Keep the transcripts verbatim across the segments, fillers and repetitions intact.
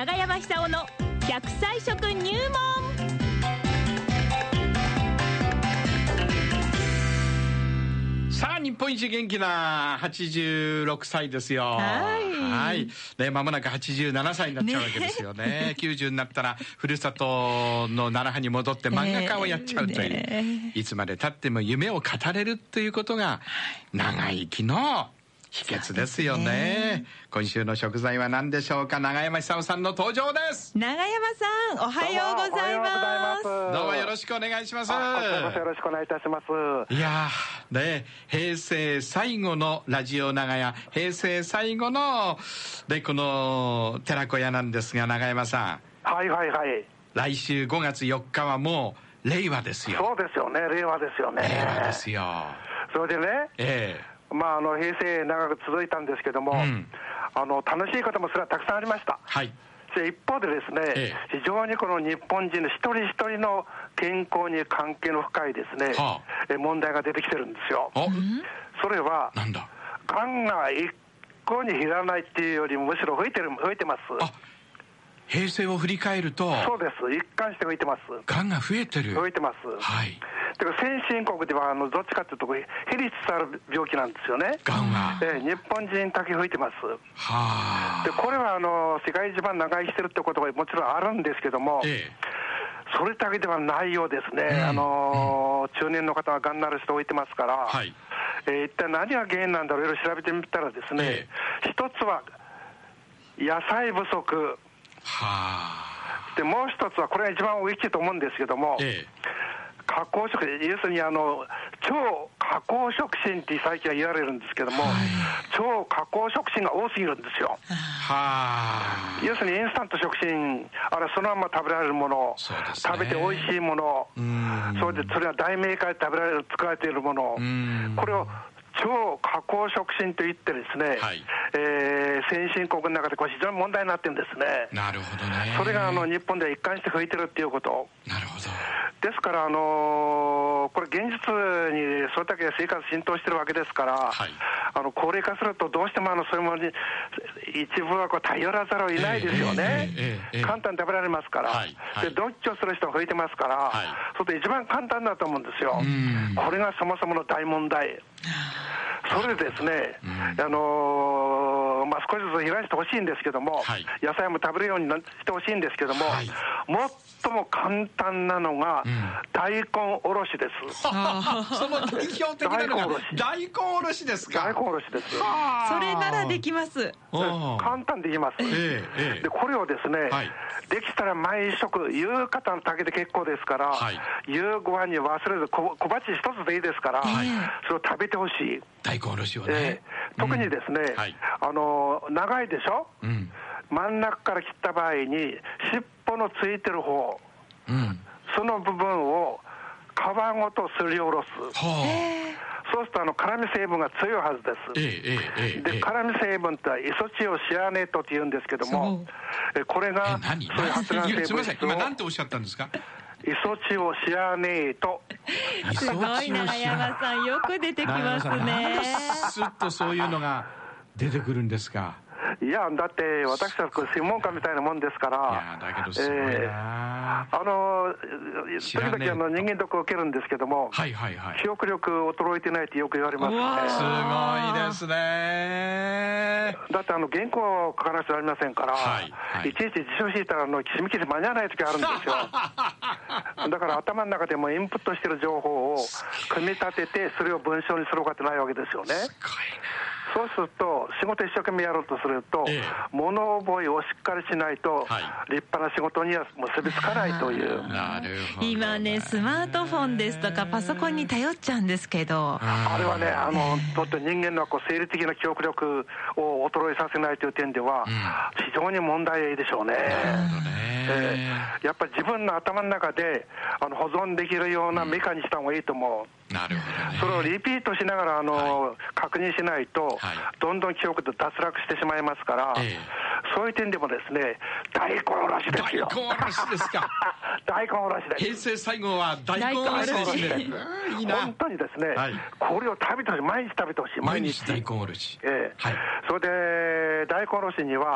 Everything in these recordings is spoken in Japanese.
長山久夫のひゃくさい食入門。 さあ日本一元気なはちじゅうろくさいですよ。 はいはい、ね、間もなくはちじゅうななさいになっちゃうわけですよね。ねきゅうじゅうになったらふるさとの奈良に戻って漫画家をやっちゃうという、ね、いつまで経っても夢を語れるということが長生きの秘訣ですよ ね, ね。今週の食材は何でしょうか。長山久夫さんの登場です。 長山さん、おはようございます。 どうもよろしくお願いします。 よろしくお願いいたします。 いやーね、平成最後のラジオ長屋、平成最後のでこの寺子屋なんですが、長山さん、はいはいはい、 来週ごがつよっかはもう令和ですよ。 そうですよね、令和ですよね。 令和ですよ。 それでね、 ええまあ、あの平成長く続いたんですけども、うん、あの楽しいこともそれはたくさんありました。 はい。 で一方でですね、ええ、非常にこの日本人の一人一人の健康に関係の深いですね、はあ、問題が出てきてるんですよ。それはなんだ、 がんが一向に減らないっていうよりもむしろ増えてる増えてます。 あ、平成を振り返るとそうです、一貫して増えてます。 がんが増えてる。 増えてます。 はい。 だから先進国ではあのどっちかというと減りつつある病気なんですよね。 がんは、 えー、日本人だけ増えてます。 はあ。でこれはあの世界一番長生きしてるってことがもちろんあるんですけども、ええ、それだけではないようですね。うん、あのーうん、中年の方はがんになる人置いてますから、はい、えー、一体何が原因なんだろう、いろいろ調べてみたらですね、ええ、一つは野菜不足、 はあ、 でもう一つはこれが一番大きいと思うんですけども、ええ、加工食品、要するにあの超加工食品って最近は言われるんですけども、はい、超加工食品が多すぎるんですよ。は要するにインスタント食品、あれそのまま食べられるもの、ね、食べて美味しいもの、それでそれは大メーカーで食べられる作られているもの、これを超加工食品といってですね、はい、えー、先進国の中でこれ非常に問題になってるんですね。 なるほどね。 それがあの日本では一貫して増えてるっていうこと。 なるほど。 ですから、あのー、これ現実にそれだけ生活浸透してるわけですから、はい、あの高齢化するとどうしてもあのそういうものに一部はこう頼らざるを得ないですよね。えーえーえー、簡単に食べられますから、はいはい、で独居する人が増えてますから、はい、それで一番簡単だと思うんですよ。これがそもそもの大問題。それでですね、あのーまあ、少しずつ減らしてほしいんですけども、はい、野菜も食べるようにしてほしいんですけども、はい、最も簡単なのが、うん、大根おろしです。 その代表的なのが大根おろしですか。 大根おろしです。 それならできます。 簡単できます。えーえー、でこれをですね、はい、できたら毎食夕方の炊きで結構ですから、はい、夕ご飯に忘れず小鉢一つでいいですから、はい、それを食べてほしい。 大根おろしをね、 えー、特にですね、うん、はい、あの長いでしょ、うん、真ん中から切った場合に尻尾のついてる方、うん、その部分を皮ごとすりおろす。はあ、そうするとあの辛味成分が強いはずです。ええええ、で辛味成分ってイソチオシアネートって言うんですけども、えこれがそういう発がん成分質を、すみません、今何ておっしゃったんですか。 イソチオシアネート。 すごい、長山さんよく出てきますね。 スッとそういうのが出てくるんですか。 いやだって私は専門家みたいなもんですから。いやだけどすごいな、えー、 あの時々あの人間ドックを受けるんですけども、はいはいはい、記憶力衰えてないってよく言われますね。 すごいですね。 だってあの原稿を書かなくちゃありませんから、はいはい、いちいち辞書引いたらの締め切り間に合わない時あるんですよ。だから頭の中でもインプットしてる情報を組み立ててそれを文章にするわけないわけですよね。すごいな。そうすると仕事一生懸命やろうとすると、ええ、物覚えをしっかりしないと、はい、立派な仕事には結びつかないという。 なるほど。 今ねスマートフォンですとかパソコンに頼っちゃうんですけど、 あれはねあのとって人間のこう生理的な記憶力を衰えさせないという点では、うん、非常に問題でしょうね。なるほどね、えー、やっぱり自分の頭の中であの保存できるようなメカにした方がいいと思う。 なるほどね。 それをリピートしながらあの、はい、確認しないと、はい、どんどん記憶で脱落してしまいますから、えー、そういう点でもですね大根おろしですよ。 大根おろしですか。 大根おろしです。 平成最後は大根おろしですね。 いいな。本当にですね、はい、これを食べてほしい。毎日食べてほしい。 毎日大根おろし、 えーはい、それで大根おろしには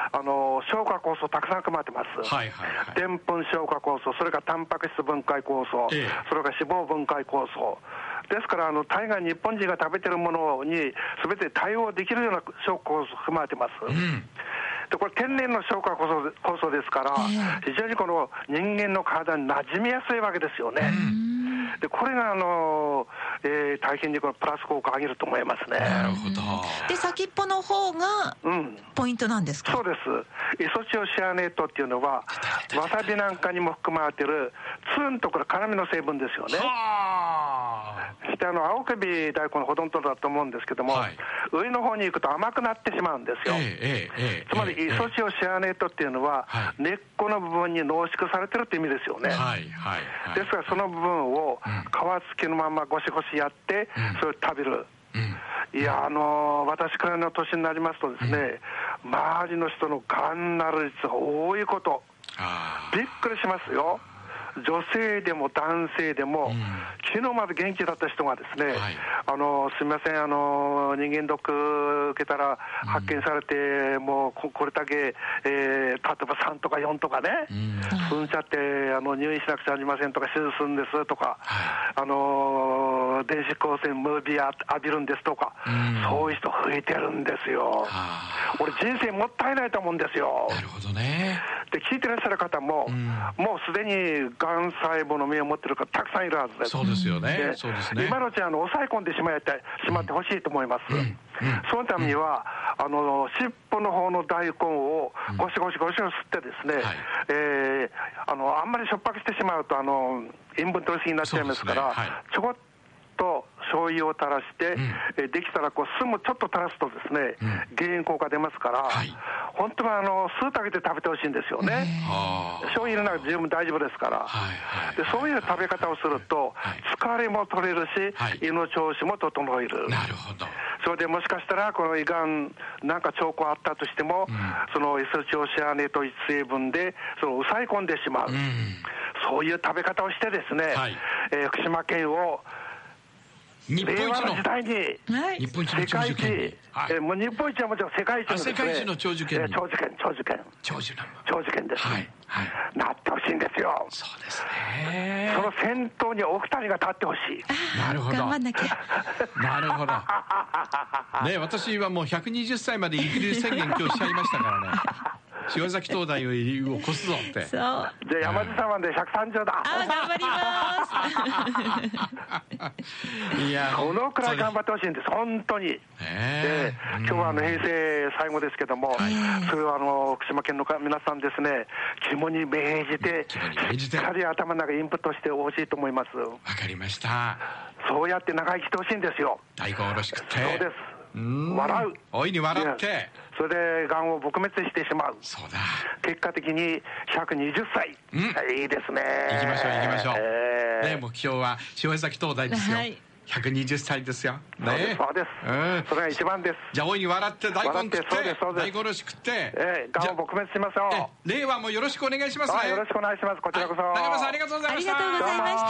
あの消化酵素たくさん含まれてます。 はいはいはい。 でんぷん消化酵素、それからタンパク質分解酵素、ええ、それから脂肪分解酵素。ですから、あの大概日本人が食べてるものに全て対応できるような消化酵素含まれてます。うん、でこれ天然の消化酵素、酵素ですから、非常にこの人間の体に馴染みやすいわけですよね。でこれがあの、えー、大変にこのプラス効果を上げると思いますね。 なるほど。 で先っぽの方がポイントなんですか？ うん、そうです。イソチオシアネートっていうのはわさびなんかにも含まれているツンとこれ辛みの成分ですよね。そしてあの青首大根のほとんどだと思うんですけども、はい、上の方に行くと甘くなってしまうんですよ。えーえー、つまりイソチオシアネートっていうのは、はい、根っこの部分に濃縮されてるって意味ですよね。はいはいはい、ですからその部分を皮付きのままゴシゴシやって、うん、それを食べる。うん、いや、あのー、私くらいの年になりますとですね、うん、周りの人のがんになる率が多いこと、びっくりしますよ。女性でも男性でも、うん、昨日まで元気だった人がですね、はい、あのすみません、あの人間ドック受けたら発見されて、うん、もう こ, これだけ、えー、例えばさんとかよんとかね、うん、踏んじゃってあの入院しなくちゃありませんとか、手術するんですとか、はい、あの電子光線ムービー浴びるんですとか、うん、そういう人増えてるんですよ。俺人生もったいないと思うんですよ。 なるほどね。 で聞いてらっしゃる方も、うん、もうすでにがん細胞の目を持ってる方たくさんいるはずです。 そうですよね。そうですね。 今のうちあの抑え込んでしまってしまってほしいと思います。うんうん、そのためには、うん、あの尻尾の方の大根をゴシゴシゴシゴシ吸ってですね、うん、えー、あのあんまりしょっぱくしてしまうとあの塩分取りすぎになっちゃいますから、ね、はい、ちょこっと醤油を垂らして、うん、えできたらこう酢もちょっと垂らすとですね、うん、減塩効果出ますから、はい、本当はあの酢だけで食べてほしいんですよね。醤油入れなくて十分大丈夫ですから、はいはい、でそういう食べ方をすると、はい、疲れも取れるし、はい、胃の調子も整える。 なるほど。 それでもしかしたらこの胃がんなんか兆候あったとしても、うん、そのイソチオシアネという成分でその抑え込んでしまう、うん、そういう食べ方をしてですね、はい、えー、福島県を日本一の令和の時代に、 はい、日本一の長寿県に、 はい、えもう日本一はもちろん世界一のですね、 世界一の長寿県に、 え長寿県長寿県長寿な長寿県です、はいはい、なってほしいんですよ。 そうですね。 その先頭にお二人が立ってほしい。 なるほど。頑張んなきゃ。 なるほど。ね、私はもうひゃくにじゅっさいまで生きる宣言今日しちゃいましたからね。塩崎灯台を越すぞって。 そう。 じゃあ山地さんまでひゃくさんじゅうだ。 あ、頑張ります。いや、このくらい頑張ってほしいんです、本当に。えー、今日はあの平成最後ですけども、はい、それはあの福島県の皆さんですね、肝に銘じて、しっかり頭の中インプットしてほしいと思います。 わかりました。 そうやって長生きしてほしいんですよ。 大根おろし食って。 そうです。笑う。 大いに笑って。 それでがんを撲滅してしまう。 そうだ。 結果的にひゃくにじゅっさい。うん、いいですね。 行きましょう行きましょう。えー、ね、目標は塩崎灯台ですよ。はい、ひゃくにじゅっさいですよ。ね、 そうですそうです。うん、それが一番です。 じゃあ大いに笑って大根食って、 そうですそうです、 大根おろし食って、 えー、がんを撲滅しましょう。 令和もよろしくお願いしますね。 よろしくお願いします。こちらこそ。 中山さんありがとうございました。 ありがとうございました。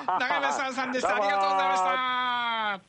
中山さんさんでした。ありがとうございました。